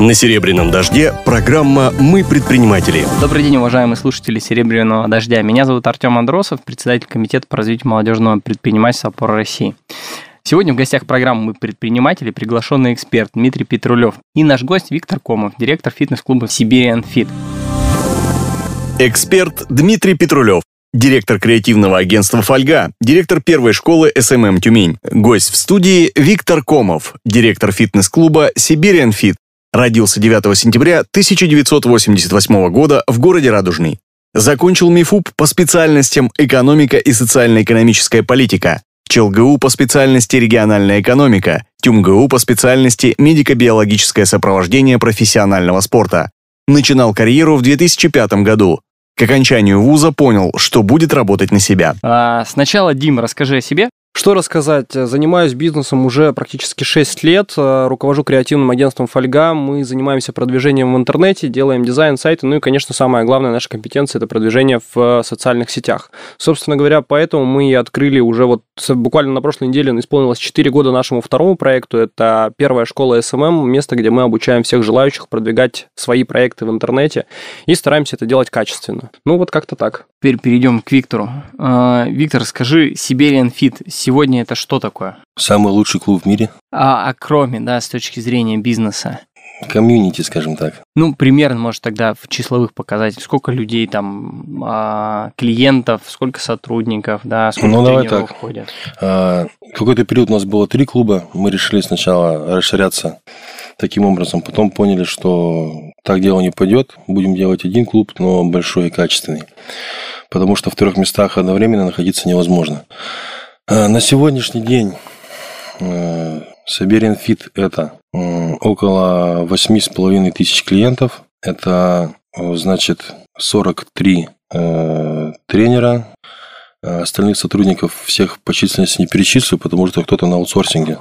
На «Серебряном дожде» программа «Мы предприниматели». Добрый день, уважаемые слушатели «Серебряного дождя». Меня зовут Артем Андросов, председатель комитета по развитию молодежного предпринимательства «Опора России». Сегодня в гостях программы «Мы предприниматели» приглашенный эксперт Дмитрий Петрулев и наш гость Виктор Комов, директор фитнес-клуба Siberian Fit. Эксперт Дмитрий Петрулев, директор креативного агентства «Фольга», директор первой школы СММ «Тюмень». Гость в студии Виктор Комов, директор фитнес-клуба Siberian Fit. Родился 9 сентября 1988 года в городе Радужный. Закончил МИФУП по специальностям «Экономика и социально-экономическая политика», ЧЛГУ по специальности «Региональная экономика», ТюмГУ по специальности «Медико-биологическое сопровождение профессионального спорта». Начинал карьеру в 2005 году. К окончанию вуза понял, что будет работать на себя. Сначала, Дим, расскажи о себе. Что рассказать? Занимаюсь бизнесом уже практически 6 лет, руковожу креативным агентством «Фольга». Мы занимаемся продвижением в интернете, делаем дизайн, сайты, ну и, конечно, самая главная наша компетенция – это продвижение в социальных сетях. Собственно говоря, поэтому мы и открыли уже буквально на прошлой неделе исполнилось 4 года нашему второму проекту. Это первая школа СММ, место, где мы обучаем всех желающих продвигать свои проекты в интернете и стараемся это делать качественно. Ну вот как-то так. Теперь перейдем к Виктору. Виктор, скажи, Siberian Fit сегодня это что такое? Самый лучший клуб в мире. А кроме, с точки зрения бизнеса? Комьюнити, скажем так. Ну, примерно, может, тогда в числовых показателях. Сколько людей там, клиентов, сколько сотрудников, сколько тренеров входят? Какой-то период у нас было 3 клуба. Мы решили сначала расширяться таким образом. Потом поняли, что так дело не пойдет. Будем делать 1 клуб, но большой и качественный. Потому что в 3 местах одновременно находиться невозможно. На сегодняшний день Siberian Fit – это около 8,5 тысяч клиентов. Это, значит, 43 тренера. Остальных сотрудников всех по численности не перечислю, потому что кто-то на аутсорсинге.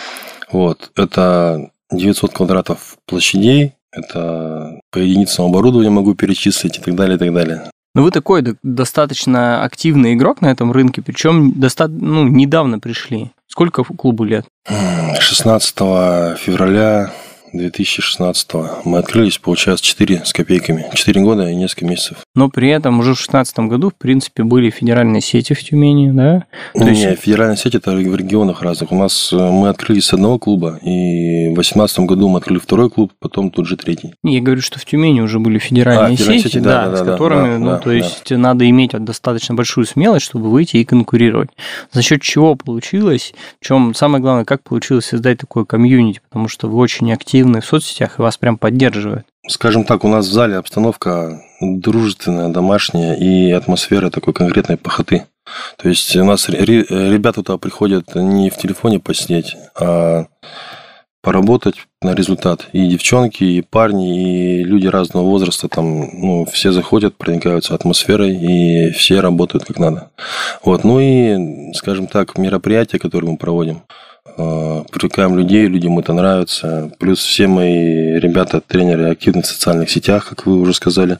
Это 900 квадратов площадей. Это по единицам оборудования могу перечислить и так далее, и так далее. Ну, вы такой достаточно активный игрок на этом рынке, причем недавно пришли. Сколько клубу лет? 16 февраля 2016 мы открылись, получается, 4 с копейками. 4 года и несколько месяцев. Но при этом уже в 2016 году, в принципе, были федеральные сети в Тюмени, да? Нет, федеральные сети – это в регионах разных. Мы открылись с 1 клуба, и в 2018 году мы открыли 2 клуб, потом тут же 3. Я говорю, что в Тюмени уже были федеральные сети, с которыми, надо иметь достаточно большую смелость, чтобы выйти и конкурировать. За счет чего получилось, причем самое главное, как получилось создать такое комьюнити, потому что вы очень активны в соцсетях и вас прям поддерживают. Скажем так, у нас в зале обстановка дружественная, домашняя и атмосфера такой конкретной похоты. То есть у нас ребята туда приходят не в телефоне посидеть, а поработать на результат. И девчонки, и парни, и люди разного возраста там, все заходят, проникаются атмосферой, и все работают как надо. Ну и, скажем так, мероприятия, которые мы проводим, привлекаем людей, людям это нравится. Плюс все мои ребята, тренеры, активны в социальных сетях, как вы уже сказали.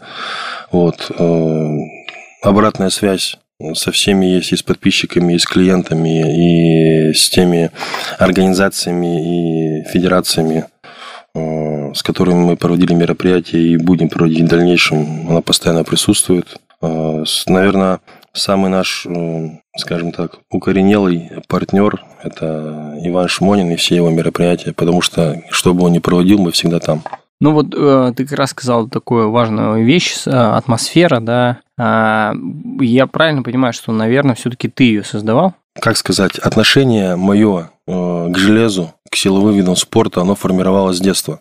Обратная связь со всеми есть, и с подписчиками, и с клиентами, и с теми организациями и федерациями, с которыми мы проводили мероприятия и будем проводить в дальнейшем. Она постоянно присутствует. Наверное, самый наш, скажем так, укоренелый партнер – это Иван Шмонин и все его мероприятия, потому что, что бы он ни проводил, мы всегда там. Ты как раз сказал такую важную вещь, атмосфера, да. Я правильно понимаю, что, наверное, все-таки ты ее создавал? Как сказать, отношение мое к железу, к силовым видам спорта, оно формировалось с детства.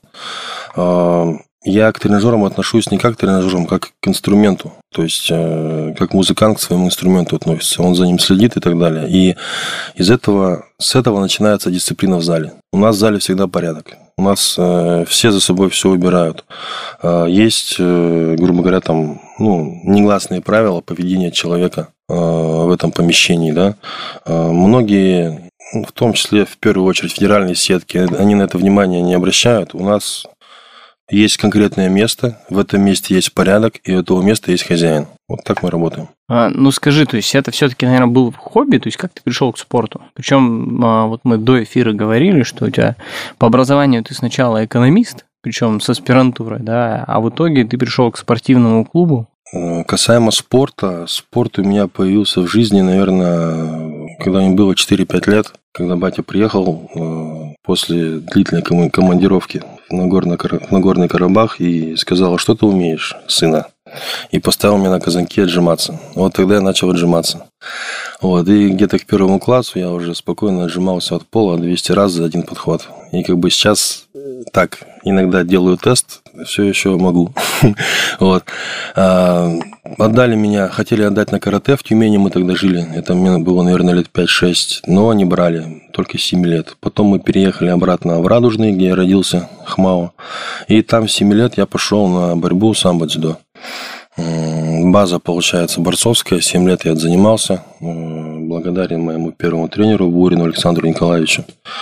Я к тренажерам отношусь не как к тренажерам, как к инструменту. То есть, как музыкант к своему инструменту относится. Он за ним следит и так далее. И с этого начинается дисциплина в зале. У нас в зале всегда порядок. У нас все за собой все убирают. Есть, грубо говоря, негласные правила поведения человека в этом помещении. Да? Многие, в том числе, в первую очередь, федеральные сетки, они на это внимание не обращают. У нас есть конкретное место, в этом месте есть порядок, и у этого места есть хозяин. Вот так мы работаем. Скажи, то есть это все-таки, наверное, было хобби, то есть как ты пришел к спорту? Причем вот мы до эфира говорили, что у тебя по образованию ты сначала экономист, причем с аспирантурой, да, а в итоге ты пришел к спортивному клубу. Касаемо спорта, спорт у меня появился в жизни, наверное, когда мне было 4-5 лет, когда батя приехал после длительной командировки на Горный Карабах и сказал: что ты умеешь, сына? И поставил меня на казанки отжиматься. Вот тогда я начал отжиматься. Вот, и где-то к 1 классу я уже спокойно отжимался от пола 200 раз за один подход. И как бы сейчас так, иногда делаю тест, все еще могу. Вот. Отдали меня, хотели отдать на карате в Тюмени, мы тогда жили. Это мне было, наверное, лет 5-6, но не брали, только 7 лет. Потом мы переехали обратно в Радужный, где я родился, Хмао. И там в 7 лет я пошел на борьбу самбо-дзюдо. База, получается, борцовская, 7 лет я отзанимался, благодарен моему первому тренеру Бурину Александру Николаевичу.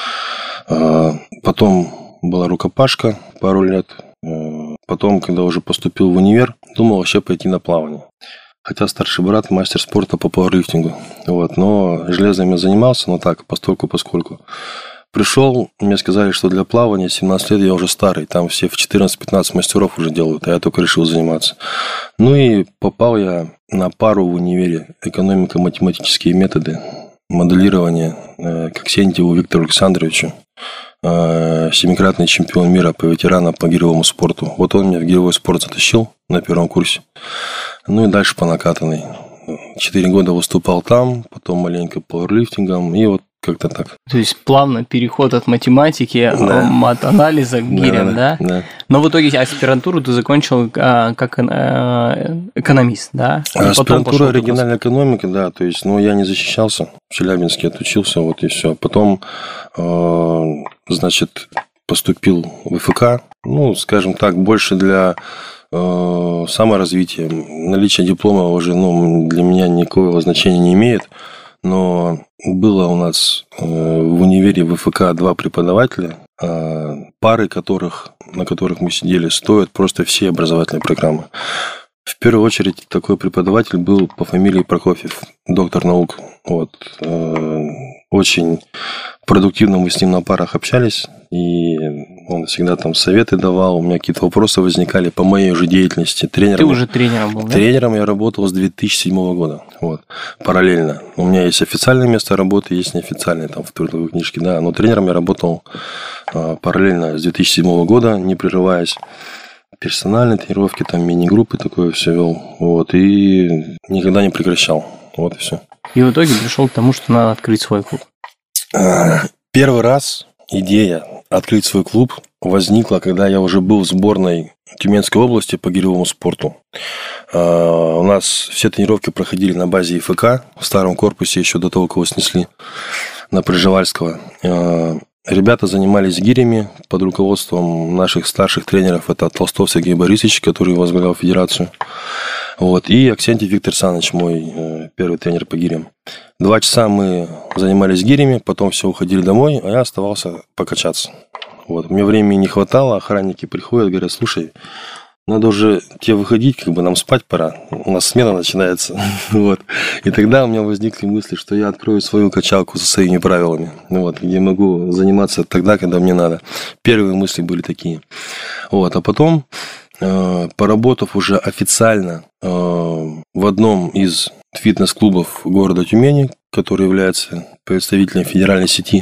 Потом была рукопашка пару лет. Потом, когда уже поступил в универ, думал вообще пойти на плавание. Хотя старший брат мастер спорта по пауэрлифтингу. Вот, но железом я занимался, но так, постольку-поскольку. Пришел, мне сказали, что для плавания 17 лет я уже старый. Там все в 14-15 мастеров уже делают, а я только решил заниматься. Ну и попал я на пару в универе экономико-математические методы моделирования к Аксентьеву Виктору Александровичу, 7-кратный чемпион мира по ветеранам по гиревому спорту. Вот он меня в гиревой спорт затащил на первом курсе. Ну и дальше по накатанной. 4 года выступал там, потом маленько пауэрлифтингом, и вот как-то так. То есть плавно переход от математики, от анализа к гирям, да? Да. Но в итоге аспирантуру ты закончил как экономист, да? Аспирантура региональной экономики, да. То есть, я не защищался. В Челябинске отучился, вот и все. Потом, значит, поступил в ФК. Скажем так, больше для саморазвития. Наличие диплома уже, для меня никакого значения не имеет. Но было у нас в универе в ФК 2 преподавателя, пары на которых мы сидели, стоят просто все образовательные программы. В первую очередь такой преподаватель был по фамилии Прокофьев, доктор наук. Вот. Очень продуктивно мы с ним на парах общались, и он всегда там советы давал, у меня какие-то вопросы возникали по моей уже деятельности. Ты уже тренером был, да? Тренером я работал с 2007 года, вот, параллельно. У меня есть официальное место работы, есть неофициальное, там, в трудовой книжке, да, но тренером я работал параллельно с 2007 года, не прерываясь. Персональные тренировки, там, мини-группы такое все вел, вот, и никогда не прекращал, вот и все. И в итоге пришел к тому, что надо открыть свой клуб. Первый раз идея открыть свой клуб возникла, когда я уже был в сборной Тюменской области по гиревому спорту. У нас все тренировки проходили на базе ИФК, в старом корпусе еще до того, как его снесли, на Пржевальского. Ребята занимались гирями под руководством наших старших тренеров. Это Толстов Сергей Борисович, который возглавлял федерацию. Вот, и Аксентьев Виктор Александрович, мой первый тренер по гирям. 2 часа мы занимались гирями, потом все уходили домой, а я оставался покачаться. Вот, мне времени не хватало, охранники приходят, говорят: слушай, надо уже тебе выходить, нам спать пора, у нас смена начинается. Вот. И тогда у меня возникли мысли, что я открою свою качалку со своими правилами, вот, где могу заниматься тогда, когда мне надо. Первые мысли были такие. Вот. А потом, поработав уже официально в одном из фитнес-клубов города Тюмени, который является представителем федеральной сети,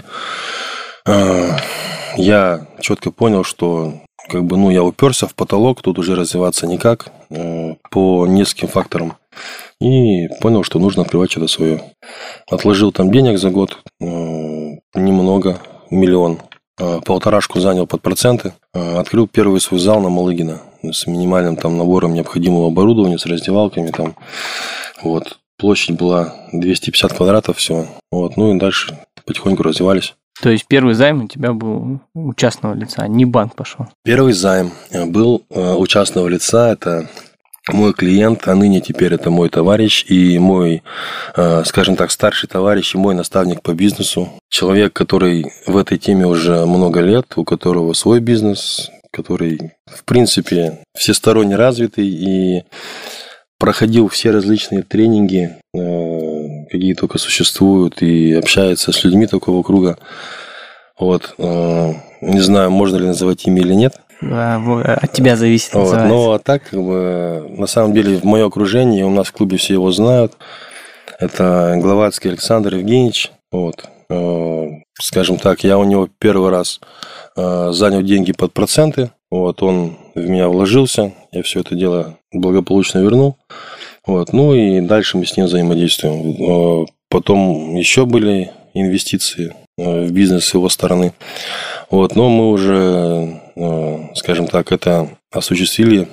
я четко понял, что я уперся в потолок, тут уже развиваться никак, по нескольким факторам. И понял, что нужно открывать что-то свое. Отложил там денег за год, немного, 1 миллион. 1,5 занял под проценты. Открыл первый свой зал на Малыгина с минимальным там набором необходимого оборудования, с раздевалками там. Вот. Площадь была 250 квадратов всего. Вот. И дальше потихоньку развивались. То есть первый займ у тебя был у частного лица, не банк пошел? Первый займ был у частного лица. Это мой клиент, а ныне теперь это мой товарищ и мой, скажем так, старший товарищ и мой наставник по бизнесу. Человек, который в этой теме уже много лет, у которого свой бизнес, который, в принципе, всесторонне развитый и проходил все различные тренинги, какие только существуют, и общается с людьми такого круга. Вот. Не знаю, можно ли называть имя или нет. от тебя зависит. Вот. Ну, а так, как бы, на самом деле, в моем окружении, у нас в клубе все его знают. Это Гловацкий Александр Евгеньевич. Вот. Скажем так, я у него первый раз занял деньги под проценты. Вот, он в меня вложился, я все это дело благополучно вернул. Вот, ну и дальше мы с ним взаимодействуем. Потом еще были инвестиции в бизнес с его стороны. Вот, но мы уже, скажем так, это осуществили,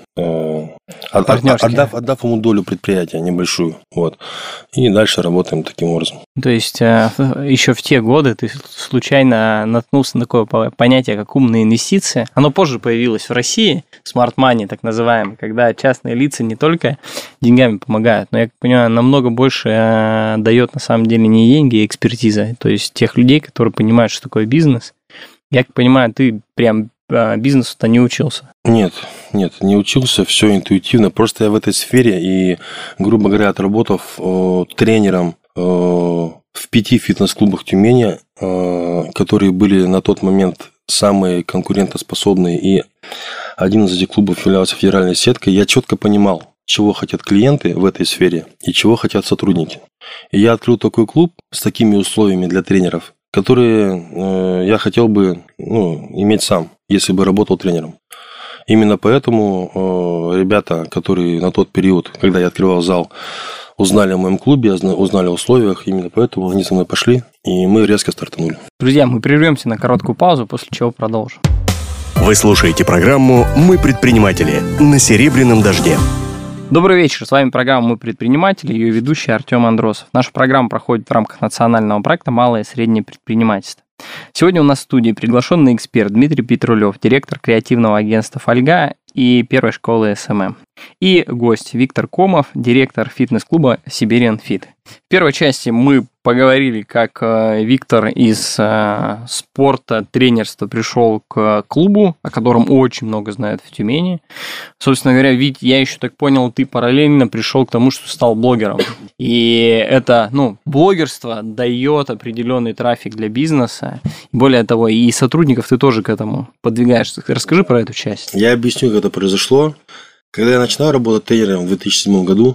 отдав ему долю предприятия небольшую. Вот. И дальше работаем таким образом. То есть, еще в те годы ты случайно наткнулся на такое понятие, как умные инвестиции. Оно позже появилось в России, smart money, так называемый, когда частные лица не только деньгами помогают, но, я понимаю, намного больше дает на самом деле не деньги, а экспертиза. То есть, тех людей, которые понимают, что такое бизнес. Я понимаю, ты прям бизнесу-то не учился? Нет, не учился, все интуитивно. Просто я в этой сфере и, грубо говоря, отработав тренером в 5 фитнес-клубах Тюмени, которые были на тот момент самые конкурентоспособные, и один из этих клубов являлся федеральной сеткой, я четко понимал, чего хотят клиенты в этой сфере и чего хотят сотрудники. И я открыл такой клуб с такими условиями для тренеров, которые я хотел бы иметь сам, если бы работал тренером. Именно поэтому ребята, которые на тот период, когда я открывал зал, узнали о моем клубе, узнали о условиях, именно поэтому они со мной пошли, и мы резко стартанули. Друзья, мы прервемся на короткую паузу, после чего продолжим. Вы слушаете программу «Мы предприниматели» на Серебряном дожде. Добрый вечер, с вами программа «Мы предприниматели», ее ведущий Артем Андросов. Наша программа проходит в рамках национального проекта «Малое и среднее предпринимательство». Сегодня у нас в студии приглашенный эксперт Дмитрий Петрулев, директор креативного агентства «Фольга» и первой школы СММ. И гость Виктор Комов, директор фитнес-клуба Siberian Fit. В первой части мы поговорили, как Виктор из спорта, тренерства пришел к клубу, о котором очень много знают в Тюмени. Собственно говоря, Вить, я еще так понял, ты параллельно пришел к тому, что стал блогером. И это, блогерство дает определенный трафик для бизнеса. Более того, и сотрудников ты тоже к этому подвигаешь. Расскажи про эту часть. Я объясню, как это произошло. Когда я начинал работать тренером в 2007 году,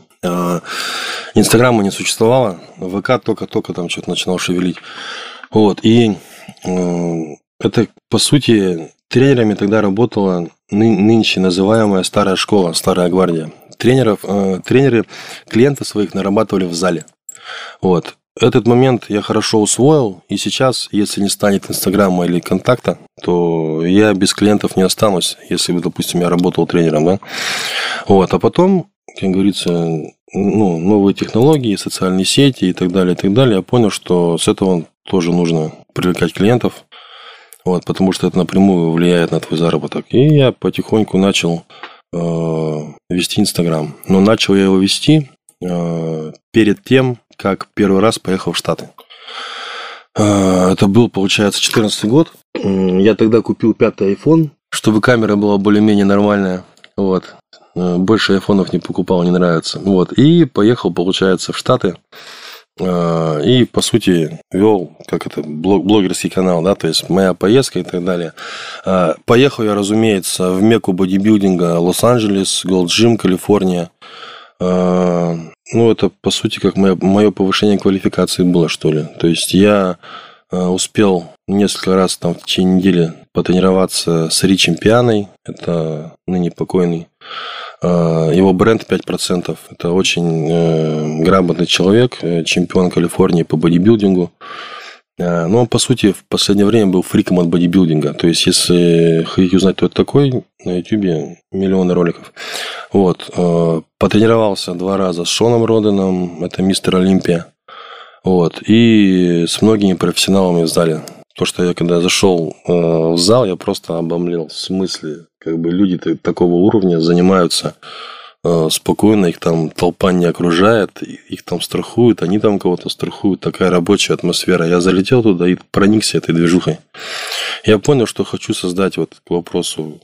Инстаграма не существовало, ВК только там что-то начинал шевелить. Вот, и это, по сути, тренерами тогда работала нынче называемая старая школа, старая гвардия. Тренеры клиентов своих нарабатывали в зале. Вот. Этот момент я хорошо усвоил, и сейчас, если не станет Инстаграма или контакта, то я без клиентов не останусь, если бы, допустим, я работал тренером, да. Вот, а потом, как говорится, новые технологии, социальные сети и так далее, я понял, что с этого тоже нужно привлекать клиентов, вот, потому что это напрямую влияет на твой заработок. И я потихоньку начал вести Инстаграм. Но начал я его вести перед тем, как первый раз поехал в Штаты. Это был, получается, 2014 год. Я тогда купил 5-й iPhone, чтобы камера была более-менее нормальная. Вот. Больше айфонов не покупал, не нравится. Вот. И поехал, получается, в Штаты. И, по сути, вел, блогерский канал, да, то есть моя поездка и так далее. Поехал я, разумеется, в мекку бодибилдинга Лос-Анджелес, Gold Gym, Калифорния. Это, по сути, как мое повышение квалификации было, что ли. То есть, я успел несколько раз там в течение недели потренироваться с Ричем Пианой. Это ныне покойный. Его бренд 5%. Это очень грамотный человек, чемпион Калифорнии по бодибилдингу. Но он, по сути, в последнее время был фриком от бодибилдинга. То есть, если хотите узнать, кто это такой, на YouTube миллионы роликов. Вот. Потренировался 2 раза с Шоном Роденом, это мистер Олимпия. Вот. И с многими профессионалами в зале. То, что я когда зашел в зал, я просто обомлел. В смысле, люди такого уровня занимаются спокойно, их там толпа не окружает, их там страхуют, они там кого-то страхуют, такая рабочая атмосфера. Я залетел туда и проникся этой движухой. Я понял, что хочу создать, к вопросу,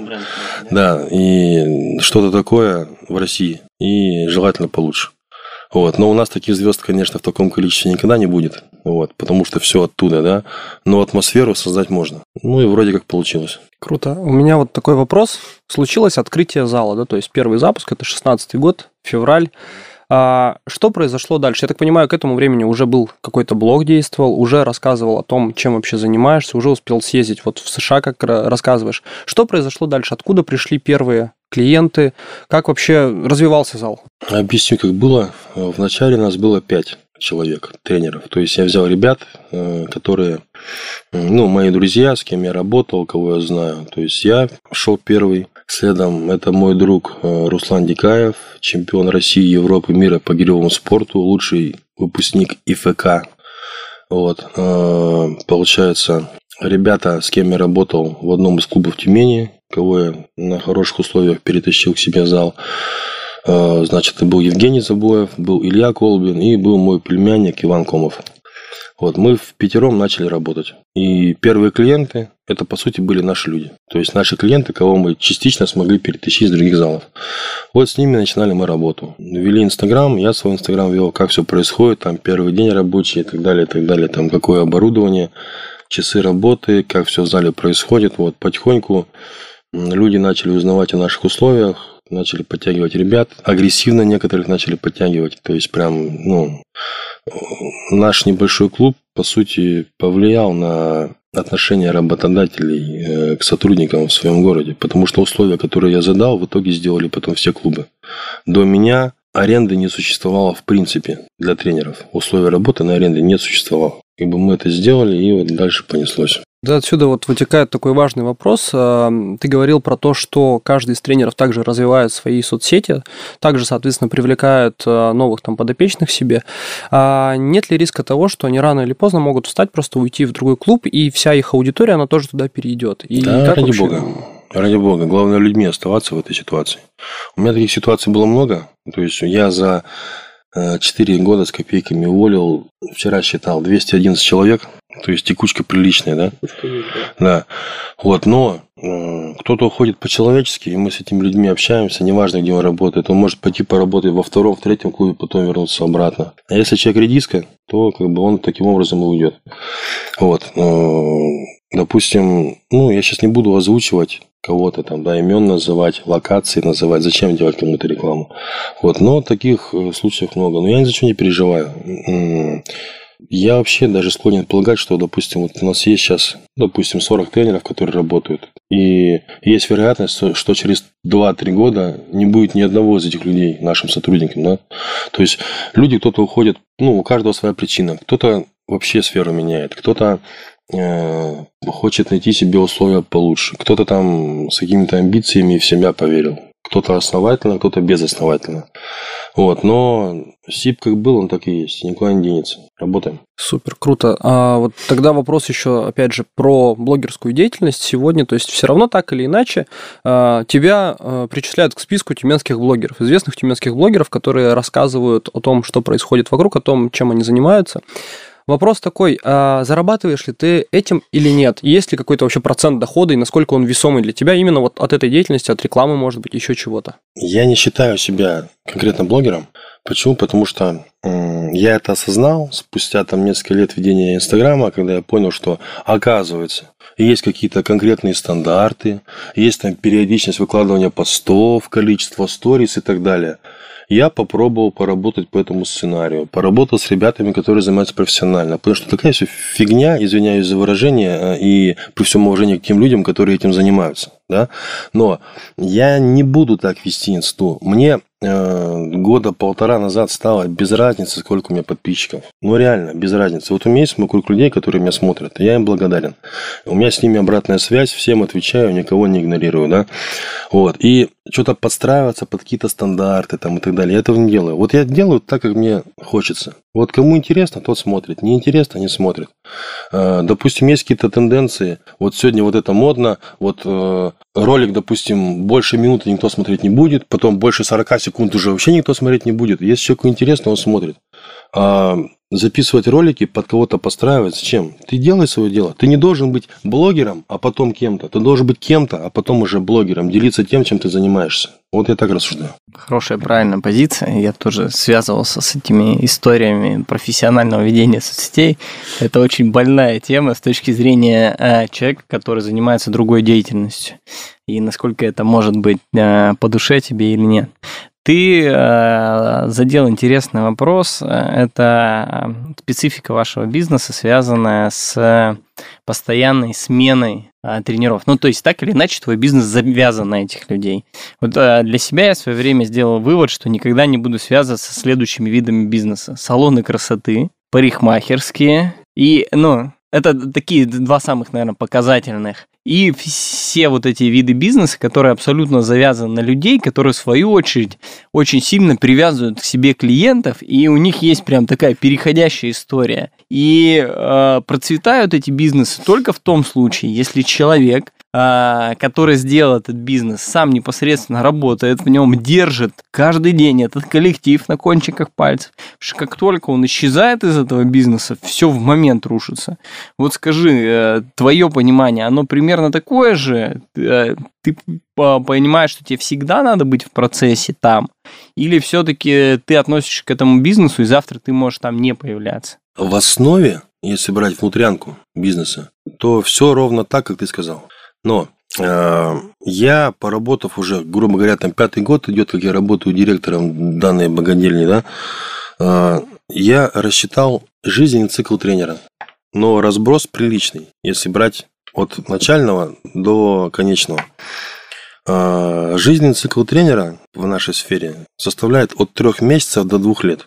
да, и что-то такое в России, и желательно получше. Вот. Но у нас таких звезд, конечно, в таком количестве никогда не будет. Вот. Потому что все оттуда, да. Но атмосферу создать можно. Ну и вроде как получилось. Круто. У меня вот такой вопрос. Случилось открытие зала, да, то есть первый запуск, это 16-й год, февраль. Что произошло дальше? Я так понимаю, к этому времени уже был какой-то блог действовал, уже рассказывал о том, чем вообще занимаешься, уже успел съездить вот в США, как рассказываешь. Что произошло дальше? Откуда пришли первые клиенты? Как вообще развивался зал? Объясню, как было. Вначале нас было 5 человек, тренеров. То есть я взял ребят, которые, мои друзья, с кем я работал, кого я знаю. То есть я шел первый. Следом это мой друг Руслан Дикаев, чемпион России, Европы, мира по гиревому спорту, лучший выпускник ИФК. Вот. Получается, ребята, с кем я работал в одном из клубов Тюмени, кого я на хороших условиях перетащил к себе в зал. Значит, это был Евгений Забоев, был Илья Колбин и был мой племянник Иван Комов. Вот, мы впятером начали работать. И первые клиенты, это, по сути, были наши люди. То есть, наши клиенты, кого мы частично смогли перетащить из других залов. Вот с ними начинали мы работу. Ввели Инстаграм, я свой Инстаграм вел, как все происходит, там, первый день рабочий и так далее, там, какое оборудование, часы работы, как все в зале происходит. Вот, потихоньку люди начали узнавать о наших условиях, начали подтягивать ребят, агрессивно некоторых начали подтягивать. То есть, прям, наш небольшой клуб, по сути, повлиял на отношение работодателей к сотрудникам в своем городе. Потому что условия, которые я задал, в итоге сделали потом все клубы. До меня аренды не существовало в принципе для тренеров. Условия работы на аренде не существовало. Мы это сделали, и вот дальше понеслось. Да, отсюда вот вытекает такой важный вопрос. Ты говорил про то, что каждый из тренеров также развивает свои соцсети, также, соответственно, привлекает новых там подопечных себе. Нет ли риска того, что они рано или поздно могут встать, просто уйти в другой клуб, и вся их аудитория, она тоже туда перейдет? И да, как ради вообще... бога. Ради бога. Главное, людьми оставаться в этой ситуации. У меня таких ситуаций было много. То есть, я за 4 года с копейками уволил, вчера считал, 211 человек. То есть, текучка приличная, да? Да. Вот, но кто-то уходит по-человечески, и мы с этими людьми общаемся, неважно, где он работает. Он может пойти поработать во втором, в третьем клубе, потом вернуться обратно. А если человек редиска, то он таким образом и уйдет. Вот. Допустим, я сейчас не буду озвучивать кого-то там, да, имен называть, локации называть, зачем делать кому-то рекламу. Вот, но таких случаев много. Но я ни за что не переживаю. Я вообще даже склонен полагать, что, допустим, вот у нас есть сейчас, 40 тренеров, которые работают. И есть вероятность, что через 2-3 года не будет ни одного из этих людей нашим сотрудникам. Да? То есть, люди, кто-то уходит, у каждого своя причина. Кто-то вообще сферу меняет, кто-то хочет найти себе условия получше, кто-то там с какими-то амбициями в себя поверил. Кто-то основательно, кто-то безосновательно. Вот, но СИП как был, он так и есть. Никуда не денется. Работаем. Супер, круто. Вот тогда вопрос еще, опять же, про блогерскую деятельность сегодня. То есть, все равно так или иначе тебя причисляют к списку тюменских блогеров, известных тюменских блогеров, которые рассказывают о том, что происходит вокруг, о том, чем они занимаются. Вопрос такой, зарабатываешь ли ты этим или нет? Есть ли какой-то вообще процент дохода и насколько он весомый для тебя именно вот от этой деятельности, от рекламы, может быть, еще чего-то? Я не считаю себя конкретно блогером. Почему? Потому что я это осознал спустя несколько лет ведения Инстаграма, когда я понял, что, оказывается, есть какие-то конкретные стандарты, есть периодичность выкладывания постов, количество сторис и так далее. Я попробовал поработать по этому сценарию. Поработал с ребятами, которые занимаются профессионально. Потому что такая все фигня, извиняюсь за выражение, и при всем уважении к тем людям, которые этим занимаются. Да? Но я не буду так вести инсту. Мне года 1.5 назад стало без разницы, сколько у меня подписчиков. Реально, без разницы. Вот у меня есть мой круг людей, которые меня смотрят, и я им благодарен. У меня с ними обратная связь, всем отвечаю, никого не игнорирую. Да? Вот. И что-то подстраиваться под какие-то стандарты и так далее, я этого не делаю. Вот я делаю так, как мне хочется. Вот кому интересно, тот смотрит. Не интересно, не смотрит. Допустим, есть какие-то тенденции. Вот сегодня вот это модно. Вот ролик, допустим, больше минуты никто смотреть не будет. Потом больше 40 секунд уже вообще никто смотреть не будет. Если человеку интересно, он смотрит. записывать ролики, под кого-то подстраивать. Зачем? Ты делай свое дело. Ты не должен быть блогером, а потом кем-то. Ты должен быть кем-то, а потом уже блогером. Делиться тем, чем ты занимаешься. Вот я так рассуждаю. Хорошая, правильная позиция. Я тоже связывался с этими историями профессионального ведения соцсетей. Это очень больная тема с точки зрения человека, который занимается другой деятельностью. И насколько это может быть по душе тебе или нет. Ты задел интересный вопрос. Это специфика вашего бизнеса, связанная с постоянной сменой тренеров. Ну, то есть, так или иначе, твой бизнес завязан на этих людей. Вот для себя я в свое время сделал вывод, что никогда не буду связываться со следующими видами бизнеса. Салоны красоты, парикмахерские и, это такие два самых, наверное, показательных. И все вот эти виды бизнеса, которые абсолютно завязаны на людей, которые, в свою очередь, очень сильно привязывают к себе клиентов, и у них есть прям такая переходящая история. И процветают эти бизнесы только в том случае, если человек, который сделал этот бизнес, сам непосредственно работает в нем, держит каждый день этот коллектив на кончиках пальцев. Потому что как только он исчезает из этого бизнеса, все в момент рушится. Вот скажи, твое понимание, оно примерно такое же? Ты понимаешь, что тебе всегда надо быть в процессе там? Или все-таки ты относишься к этому бизнесу, и завтра ты можешь там не появляться? В основе, если брать внутрянку бизнеса, то все ровно так, как ты сказал. Но я, поработав уже, грубо говоря, там 5-й год идет, как я работаю директором данной богадельни, да, я рассчитал жизненный цикл тренера. Но разброс приличный, если брать от начального до конечного. Жизненный цикл тренера в нашей сфере составляет от 3 месяцев до 2 лет.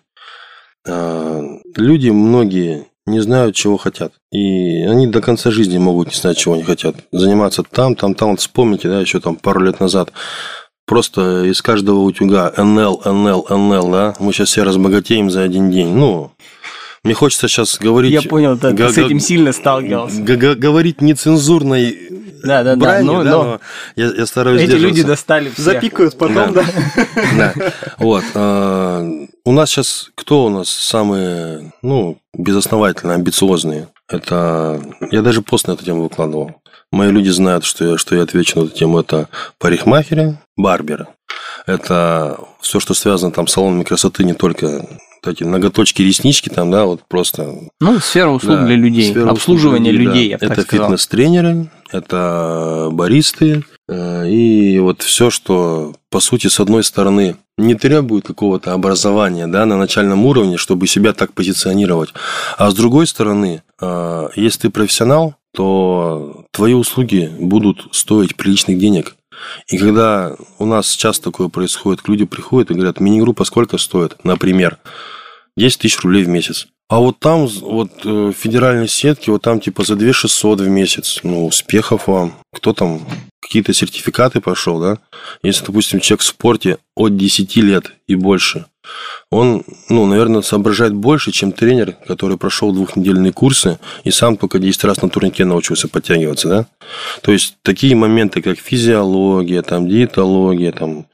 Люди многие не знают, чего хотят. И они до конца жизни могут не знать, чего они хотят. Заниматься там. Вот вспомните, да, еще там пару лет назад. Просто из каждого утюга НЛ, да. Мы сейчас все разбогатеем за один день. Мне хочется сейчас говорить... Я понял, да, ты с этим сильно сталкивался. Говорить нецензурной бранью, но я стараюсь эти сдерживаться. Люди достали всех. Запикают потом, да. Вот. У нас сейчас кто у нас самые, безосновательно амбициозные? Это... Я даже пост на эту тему выкладывал. Мои люди знают, что я отвечу на эту тему. Это парикмахеры, барберы. Это все, что связано там с салонами красоты, не только... эти ноготочки, реснички там, да, вот просто... сфера услуг для людей, обслуживание людей, я бы так сказал. Это фитнес-тренеры, это баристы, и вот все, что, по сути, с одной стороны, не требует какого-то образования, да, на начальном уровне, чтобы себя так позиционировать, а с другой стороны, если ты профессионал, то твои услуги будут стоить приличных денег. И когда у нас часто такое происходит, люди приходят и говорят, мини-группа сколько стоит, например, 10 тысяч рублей в месяц. А вот там, в федеральной сетке, вот там типа за 2 600 в месяц. Успехов вам. Кто там, какие-то сертификаты прошел, да? Если, допустим, человек в спорте от 10 лет и больше, он, наверное, соображает больше, чем тренер, который прошел 2-недельные курсы и сам только 10 раз на турнике научился подтягиваться, да? То есть, такие моменты, как физиология, там, диетология, там,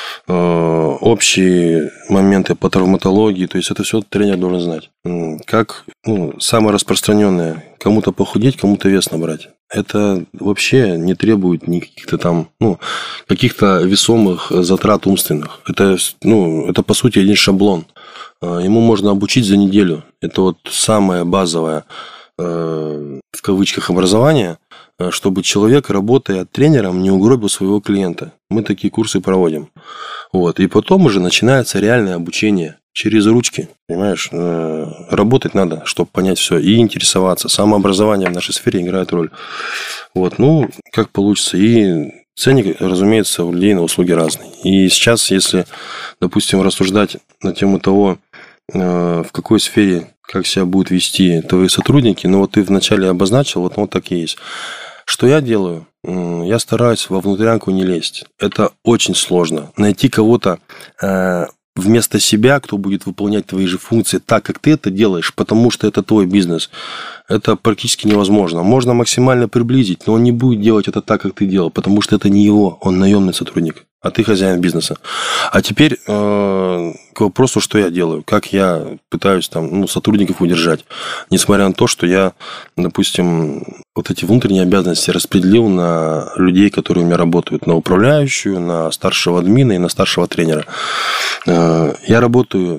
общие моменты по травматологии, то есть, это все тренер должен знать. Как, самое распространенное, кому-то похудеть, кому-то вес набрать. Это вообще не требует никаких-то там, каких-то весомых затрат умственных. Это, по сути, один шаблон. Ему можно обучить за неделю. Это вот самое базовое, в кавычках, образование, чтобы человек, работая тренером, не угробил своего клиента. Мы такие курсы проводим. Вот. И потом уже начинается реальное обучение через ручки. Понимаешь, работать надо, чтобы понять все и интересоваться. Самообразование в нашей сфере играет роль. Вот. Как получится. И ценник, разумеется, у людей на услуги разный. И сейчас, если, допустим, рассуждать на тему того, в какой сфере, как себя будут вести твои сотрудники, ты вначале обозначил, вот так и есть. Что я делаю? Я стараюсь во внутрянку не лезть. Это очень сложно. Найти кого-то вместо себя, кто будет выполнять твои же функции так, как ты это делаешь, потому что это твой бизнес, это практически невозможно. Можно максимально приблизить, но он не будет делать это так, как ты делал, потому что это не его, он наемный сотрудник. а ты хозяин бизнеса. А теперь к вопросу, что я делаю, как я пытаюсь там, сотрудников удержать, несмотря на то, что я, допустим, вот эти внутренние обязанности распределил на людей, которые у меня работают, на управляющую, на старшего админа и на старшего тренера. Я работаю,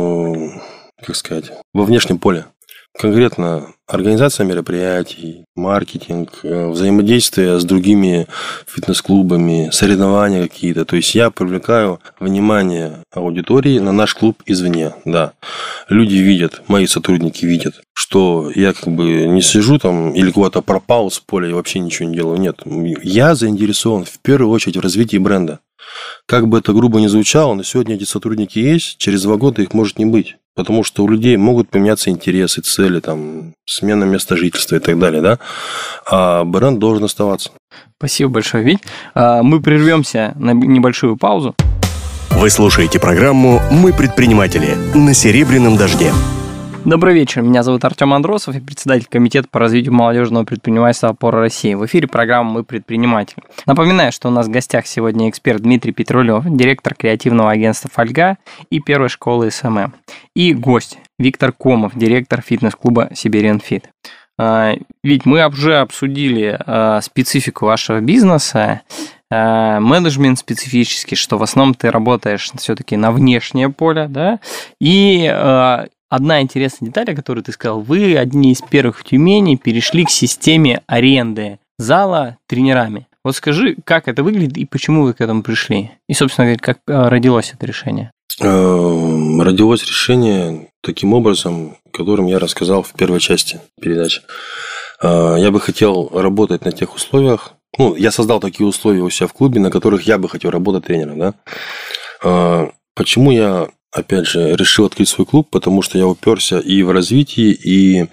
как сказать, во внешнем поле. Конкретно организация мероприятий, маркетинг, взаимодействие с другими фитнес-клубами, соревнования какие-то. То есть я привлекаю внимание аудитории на наш клуб извне. Да. Люди видят, мои сотрудники видят, что я как бы не сижу там или куда-то пропал с поля и вообще ничего не делаю. Нет, я заинтересован в первую очередь в развитии бренда. Как бы это грубо ни звучало, но сегодня эти сотрудники есть, через 2 года их может не быть. Потому что у людей могут поменяться интересы, цели, там, смена места жительства и так далее, да? А бренд должен оставаться. Спасибо большое, Вить. Мы прервемся на небольшую паузу. Вы слушаете программу «Мы предприниматели» на Серебряном дожде. Добрый вечер, меня зовут Артем Андросов, я председатель комитета по развитию молодежного предпринимательства «Опора России». В эфире программа «Мы предприниматели». Напоминаю, что у нас в гостях сегодня эксперт Дмитрий Петрулев, директор креативного агентства «Фольга» и первой школы СММ. И гость Виктор Комов, директор фитнес-клуба «Siberian Fit». Ведь мы уже обсудили специфику вашего бизнеса, менеджмент специфический, что в основном ты работаешь все-таки на внешнее поле, да, и одна интересная деталь, о которой ты сказал, вы одни из первых в Тюмени перешли к системе аренды зала тренерами. Вот скажи, как это выглядит и почему вы к этому пришли? И, собственно говоря, как родилось это решение? Родилось решение таким образом, которым я рассказал в первой части передачи. Я бы хотел работать на тех условиях, я создал такие условия у себя в клубе, на которых я бы хотел работать тренером, да? Почему я, опять же, решил открыть свой клуб? Потому что я уперся и в развитии, и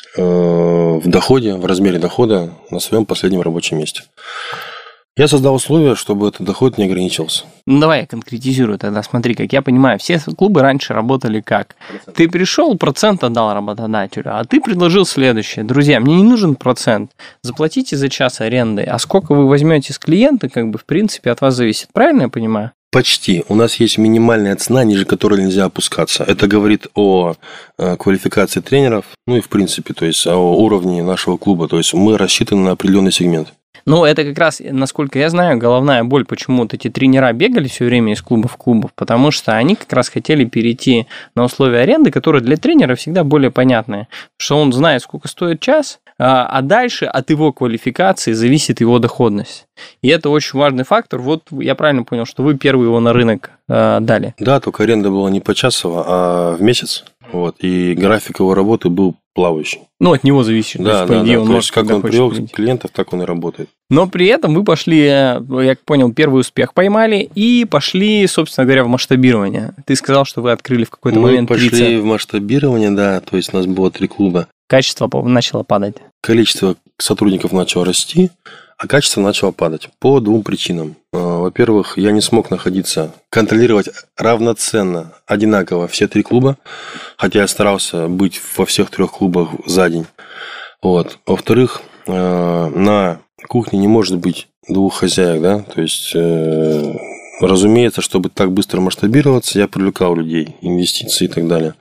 в доходе, в размере дохода на своем последнем рабочем месте. Я создал условия, чтобы этот доход не ограничивался. Давай я конкретизирую тогда. Смотри, как я понимаю, все клубы раньше работали как? Ты пришел, процент отдал работодателю, а ты предложил следующее. Друзья, мне не нужен процент. Заплатите за час аренды. А сколько вы возьмете с клиента, в принципе, от вас зависит. Правильно я понимаю? Почти. У нас есть минимальная цена, ниже которой нельзя опускаться. Это говорит о квалификации тренеров, и в принципе, то есть о уровне нашего клуба. То есть мы рассчитаны на определенный сегмент. Это как раз, насколько я знаю, головная боль, почему вот эти тренера бегали все время из клуба в клуб, потому что они как раз хотели перейти на условия аренды, которые для тренера всегда более понятны, что он знает, сколько стоит час, а дальше от его квалификации зависит его доходность. И это очень важный фактор. Вот я правильно понял, что вы первый его на рынок дали. Да, только аренда была не почасово, а в месяц. И график его работы был плавающий. От него зависит. Да, то есть, как он привел клиентов, так он и работает. Но при этом вы пошли, я понял, первый успех поймали и пошли, собственно говоря, в масштабирование. Ты сказал, что вы открыли в какой-то момент 30. Мы пошли в масштабирование, да, то есть у нас было 3 клуба. Качество начало падать. Количество сотрудников начало расти, а качество начало падать по 2 причинам. Во-первых, я не смог контролировать равноценно, одинаково все 3 клуба, хотя я старался быть во всех 3 клубах за день. Во-вторых, на кухне не может быть 2 хозяек, да, то есть, разумеется, чтобы так быстро масштабироваться, я привлекал людей, инвестиции и так далее.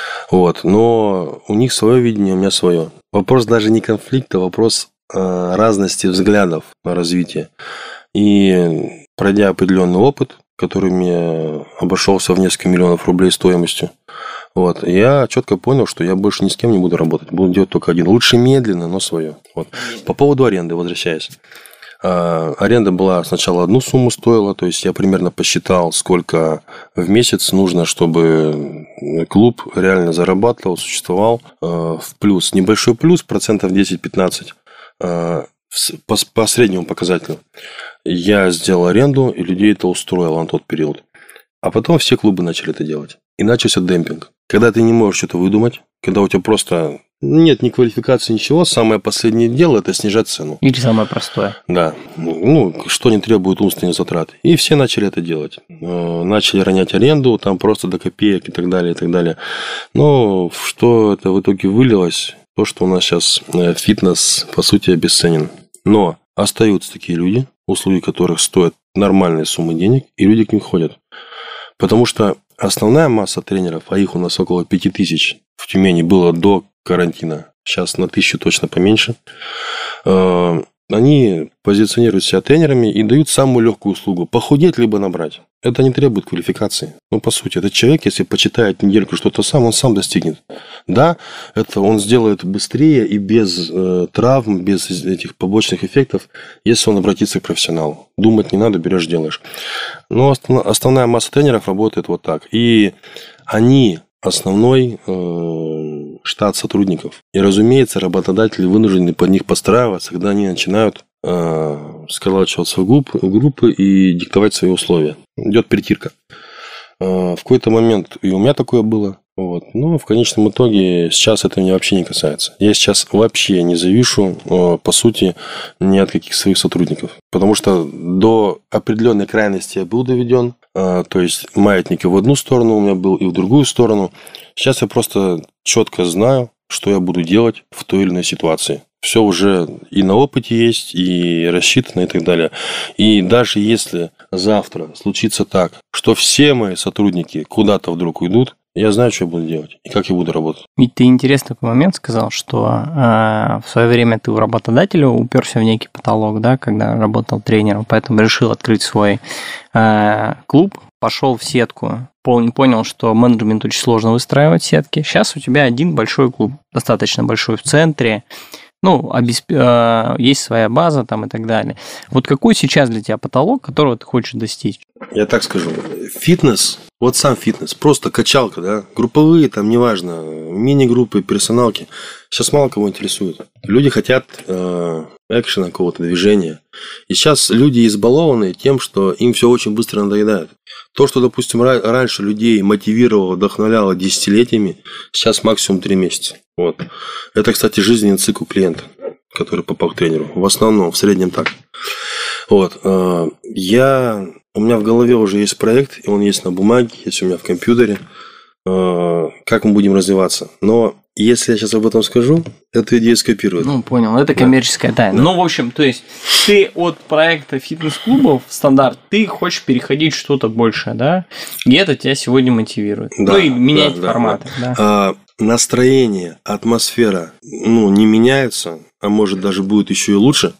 Но у них свое видение, у меня свое. Вопрос даже не конфликта, вопрос разности взглядов на развитие. И пройдя определенный опыт, который мне обошелся в несколько миллионов рублей стоимостью, я четко понял, что я больше ни с кем не буду работать. Буду делать только один. Лучше медленно, но свое. По поводу аренды, возвращаясь. Аренда была сначала одну сумму стоила, то есть я примерно посчитал, сколько в месяц нужно, чтобы клуб реально зарабатывал, существовал в плюс. Небольшой плюс, 10-15%. По среднему показателю. Я сделал аренду, и людей это устроило на тот период. А потом все клубы начали это делать. И начался демпинг. Когда ты не можешь что-то выдумать, когда у тебя просто нет ни квалификации, ничего, самое последнее дело – это снижать цену. Или самое простое. Да. Что не требует умственных затрат. И все начали это делать. Начали ронять аренду, там просто до копеек и так далее, и так далее. Но что это в итоге вылилось? То, что у нас сейчас фитнес, по сути, обесценен. Но остаются такие люди, услуги которых стоят нормальные суммы денег, и люди к ним ходят. Потому что основная масса тренеров, а их у нас около 5000 в Тюмени было до карантина, сейчас на 1000 точно поменьше, они позиционируют себя тренерами и дают самую легкую услугу – похудеть либо набрать. Это не требует квалификации. Ну, по сути, этот человек, если почитает недельку что-то сам, он сам достигнет. Да, это он сделает быстрее и без травм, без этих побочных эффектов, если он обратится к профессионалу. Думать не надо, берешь, делаешь. Но основная масса тренеров работает вот так. И они основной штат сотрудников. И, разумеется, работодатели вынуждены под них подстраиваться, когда они начинают сколачиваться в группы и диктовать свои условия. Идет притирка. В какой-то момент и у меня такое было. Вот. Но в конечном итоге сейчас это меня вообще не касается. Я сейчас вообще не завишу, по сути, ни от каких своих сотрудников. Потому что до определенной крайности я был доведен. То есть маятник и в одну сторону у меня был, и в другую сторону. Сейчас я просто четко знаю, что я буду делать в той или иной ситуации. Все уже и на опыте есть, и рассчитано, и так далее. И даже если завтра случится так, что все мои сотрудники куда-то вдруг уйдут, я знаю, что я буду делать и как я буду работать. Ведь ты интересный такой момент сказал, что в свое время ты у работодателя уперся в некий потолок, да, когда работал тренером, поэтому решил открыть свой клуб, пошел в сетку, понял, что менеджменту очень сложно выстраивать сетки. Сейчас у тебя один большой клуб, достаточно большой в центре, ну, есть своя база там и так далее. Вот какой сейчас для тебя потолок, которого ты хочешь достичь? Я так скажу. Фитнес, вот сам фитнес, просто качалка, да, групповые, там, неважно, мини-группы, персоналки. Сейчас мало кого интересует. Люди хотят экшена, какого-то движения. И сейчас люди избалованы тем, что им все очень быстро надоедает. То, что, допустим, раньше людей мотивировало, вдохновляло десятилетиями, сейчас максимум 3 месяца. Вот. Это, кстати, жизненный цикл клиента, который попал к тренеру. В основном, в среднем так. Вот. У меня в голове уже есть проект, и он есть на бумаге, есть у меня в компьютере. Как мы будем развиваться. Но если я сейчас об этом скажу, эту идею скопируют. Ну, понял, это коммерческая тайна. Да. Ну, в общем, то есть, ты от проекта фитнес-клубов стандарт, ты хочешь переходить в что-то большее, да? И это тебя сегодня мотивирует. Да, ну, и менять форматы. Да. Настроение, атмосфера, не меняется, а может даже будет еще и лучше,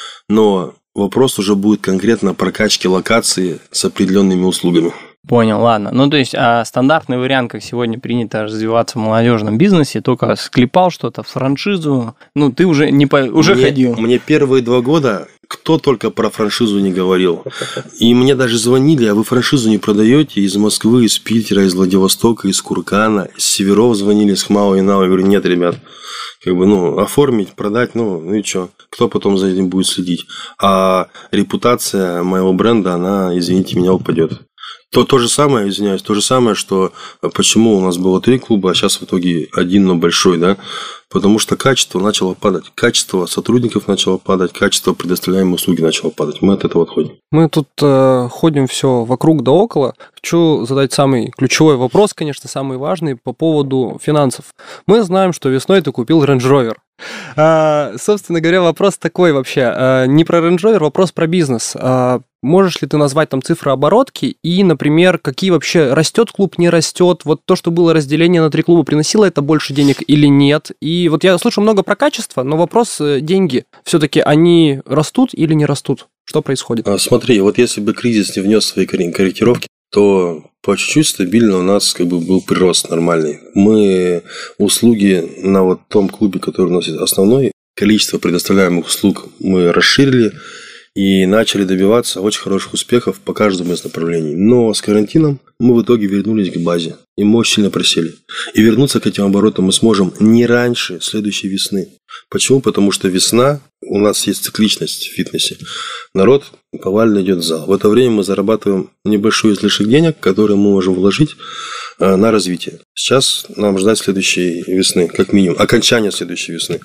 но вопрос уже будет конкретно прокачки локации с определенными услугами. Понял, ладно. Ну, то есть, стандартный вариант, как сегодня принято развиваться в молодежном бизнесе, только склепал что-то в франшизу, ты уже ходил. Мне первые 2 года кто только про франшизу не говорил. И мне даже звонили, а вы франшизу не продаете из Москвы, из Питера, из Владивостока, из Кургана, из Северов звонили, с Хмао и Нау. Я говорю, нет, ребят, оформить, продать, и что? Кто потом за этим будет следить? А репутация моего бренда, она, извините меня, упадет. То же самое, извиняюсь, что почему у нас было 3 клуба, а сейчас в итоге 1, но большой, да? Потому что качество начало падать. Качество сотрудников начало падать, качество предоставляемой услуги начало падать. Мы от этого отходим. Мы тут ходим все вокруг да около. Хочу задать самый ключевой вопрос, конечно, самый важный по поводу финансов. Мы знаем, что весной ты купил Range Rover. Собственно говоря, вопрос такой вообще. Не про Range Rover, вопрос про бизнес. Можешь ли ты назвать там цифры оборотки и, например, какие вообще растет клуб, не растет? Вот то, что было разделение на 3 клуба, приносило это больше денег или нет? И вот я слышу много про качество, но вопрос деньги. Все-таки они растут или не растут? Что происходит? Смотри, вот если бы кризис не внес свои корректировки, то по чуть-чуть стабильно у нас был прирост нормальный. Мы услуги на том клубе, который носит основной, количество предоставляемых услуг мы расширили и начали добиваться очень хороших успехов по каждому из направлений. Но с карантином мы в итоге вернулись к базе, и мы очень сильно просели. И вернуться к этим оборотам мы сможем не раньше следующей весны. Почему? Потому что весна, у нас есть цикличность в фитнесе. Народ повально идет в зал. В это время мы зарабатываем небольшой излишек денег, которые мы можем вложить на развитие. Сейчас нам ждать следующей весны, как минимум, окончания следующей весны.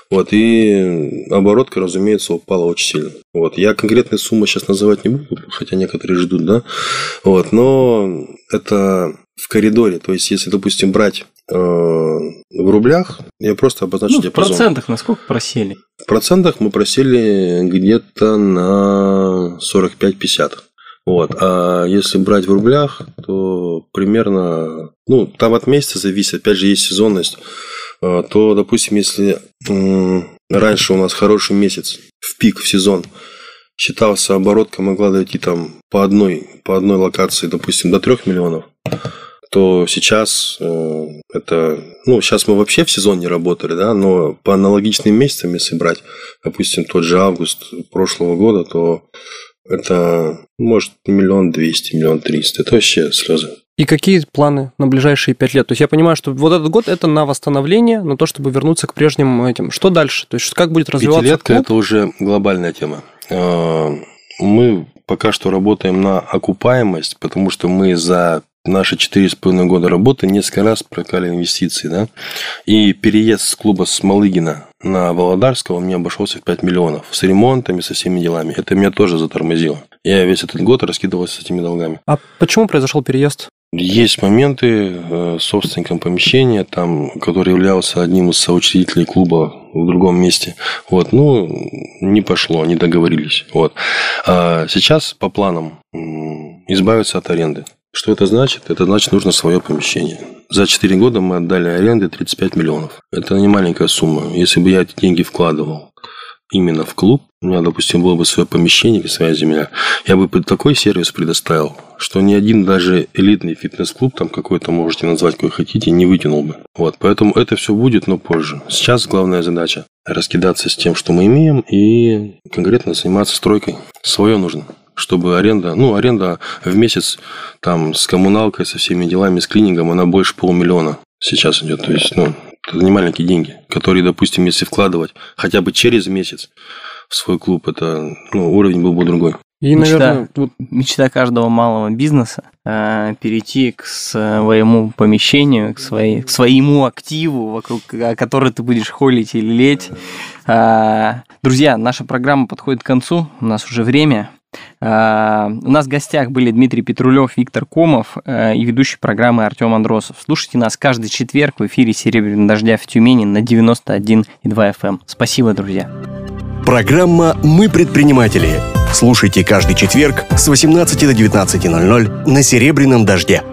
И оборотка, разумеется, упала очень сильно. Я конкретные суммы сейчас называть не буду, хотя некоторые ждут, да. Но это в коридоре. То есть, если, допустим, брать В рублях я просто обозначу диапазон. В процентах насколько просели? В процентах мы просели где-то на 45-50. Вот. А если брать в рублях, то примерно, там от месяца зависит, опять же, есть сезонность, то, допустим, если раньше у нас хороший месяц, в пик, в сезон, считался, оборотка могла дойти там по одной локации, допустим, до 3 миллионов, то сейчас сейчас мы вообще в сезон не работали, да, но по аналогичным месяцам, если брать, допустим, тот же август прошлого года, то это, может, 1 200 000, 1 300 000. Это вообще слезы. И какие планы на ближайшие 5 лет? То есть я понимаю, что вот этот год это на восстановление, на то, чтобы вернуться к прежним этим. Что дальше? То есть как будет развиваться клуб? Пятилетка – это уже глобальная тема. Мы пока что работаем на окупаемость, потому что мы за наши 4,5 года работы несколько раз прокали инвестиции, да, и переезд с клуба с Малыгина на Володарского мне обошелся в 5 миллионов с ремонтами, со всеми делами. Это меня тоже затормозило. Я весь этот год раскидывался с этими долгами. А почему произошел переезд? Есть моменты с собственником помещения, который являлся одним из соучредителей клуба в другом месте. Вот, не пошло, не договорились. Вот. А сейчас по планам избавиться от аренды. Что это значит? Это значит, нужно свое помещение. За 4 года мы отдали аренды 35 миллионов. Это не маленькая сумма. Если бы я эти деньги вкладывал именно в клуб, у меня, допустим, было бы свое помещение, своя земля, я бы такой сервис предоставил, что ни один даже элитный фитнес-клуб, какой-то можете назвать, какой хотите, не вытянул бы. Вот, поэтому это все будет, но позже. Сейчас главная задача – раскидаться с тем, что мы имеем, и конкретно заниматься стройкой. Свое нужно. Чтобы аренда в месяц с коммуналкой, со всеми делами, с клинингом, она больше 500 000 сейчас идет. То есть, это не маленькие деньги, которые, допустим, если вкладывать хотя бы через месяц в свой клуб, это уровень был бы другой. И, наверное, мечта каждого малого бизнеса перейти к своему помещению, к своему активу, вокруг которого ты будешь холить или леть. Друзья, наша программа подходит к концу, у нас уже время. У нас в гостях были Дмитрий Петрулев, Виктор Комов и ведущий программы Артем Андросов. Слушайте нас каждый четверг в эфире «Серебряного дождя» в Тюмени на 91,2 FM. Спасибо, друзья. Программа «Мы предприниматели». Слушайте каждый четверг с 18 до 19:00 на «Серебряном дожде».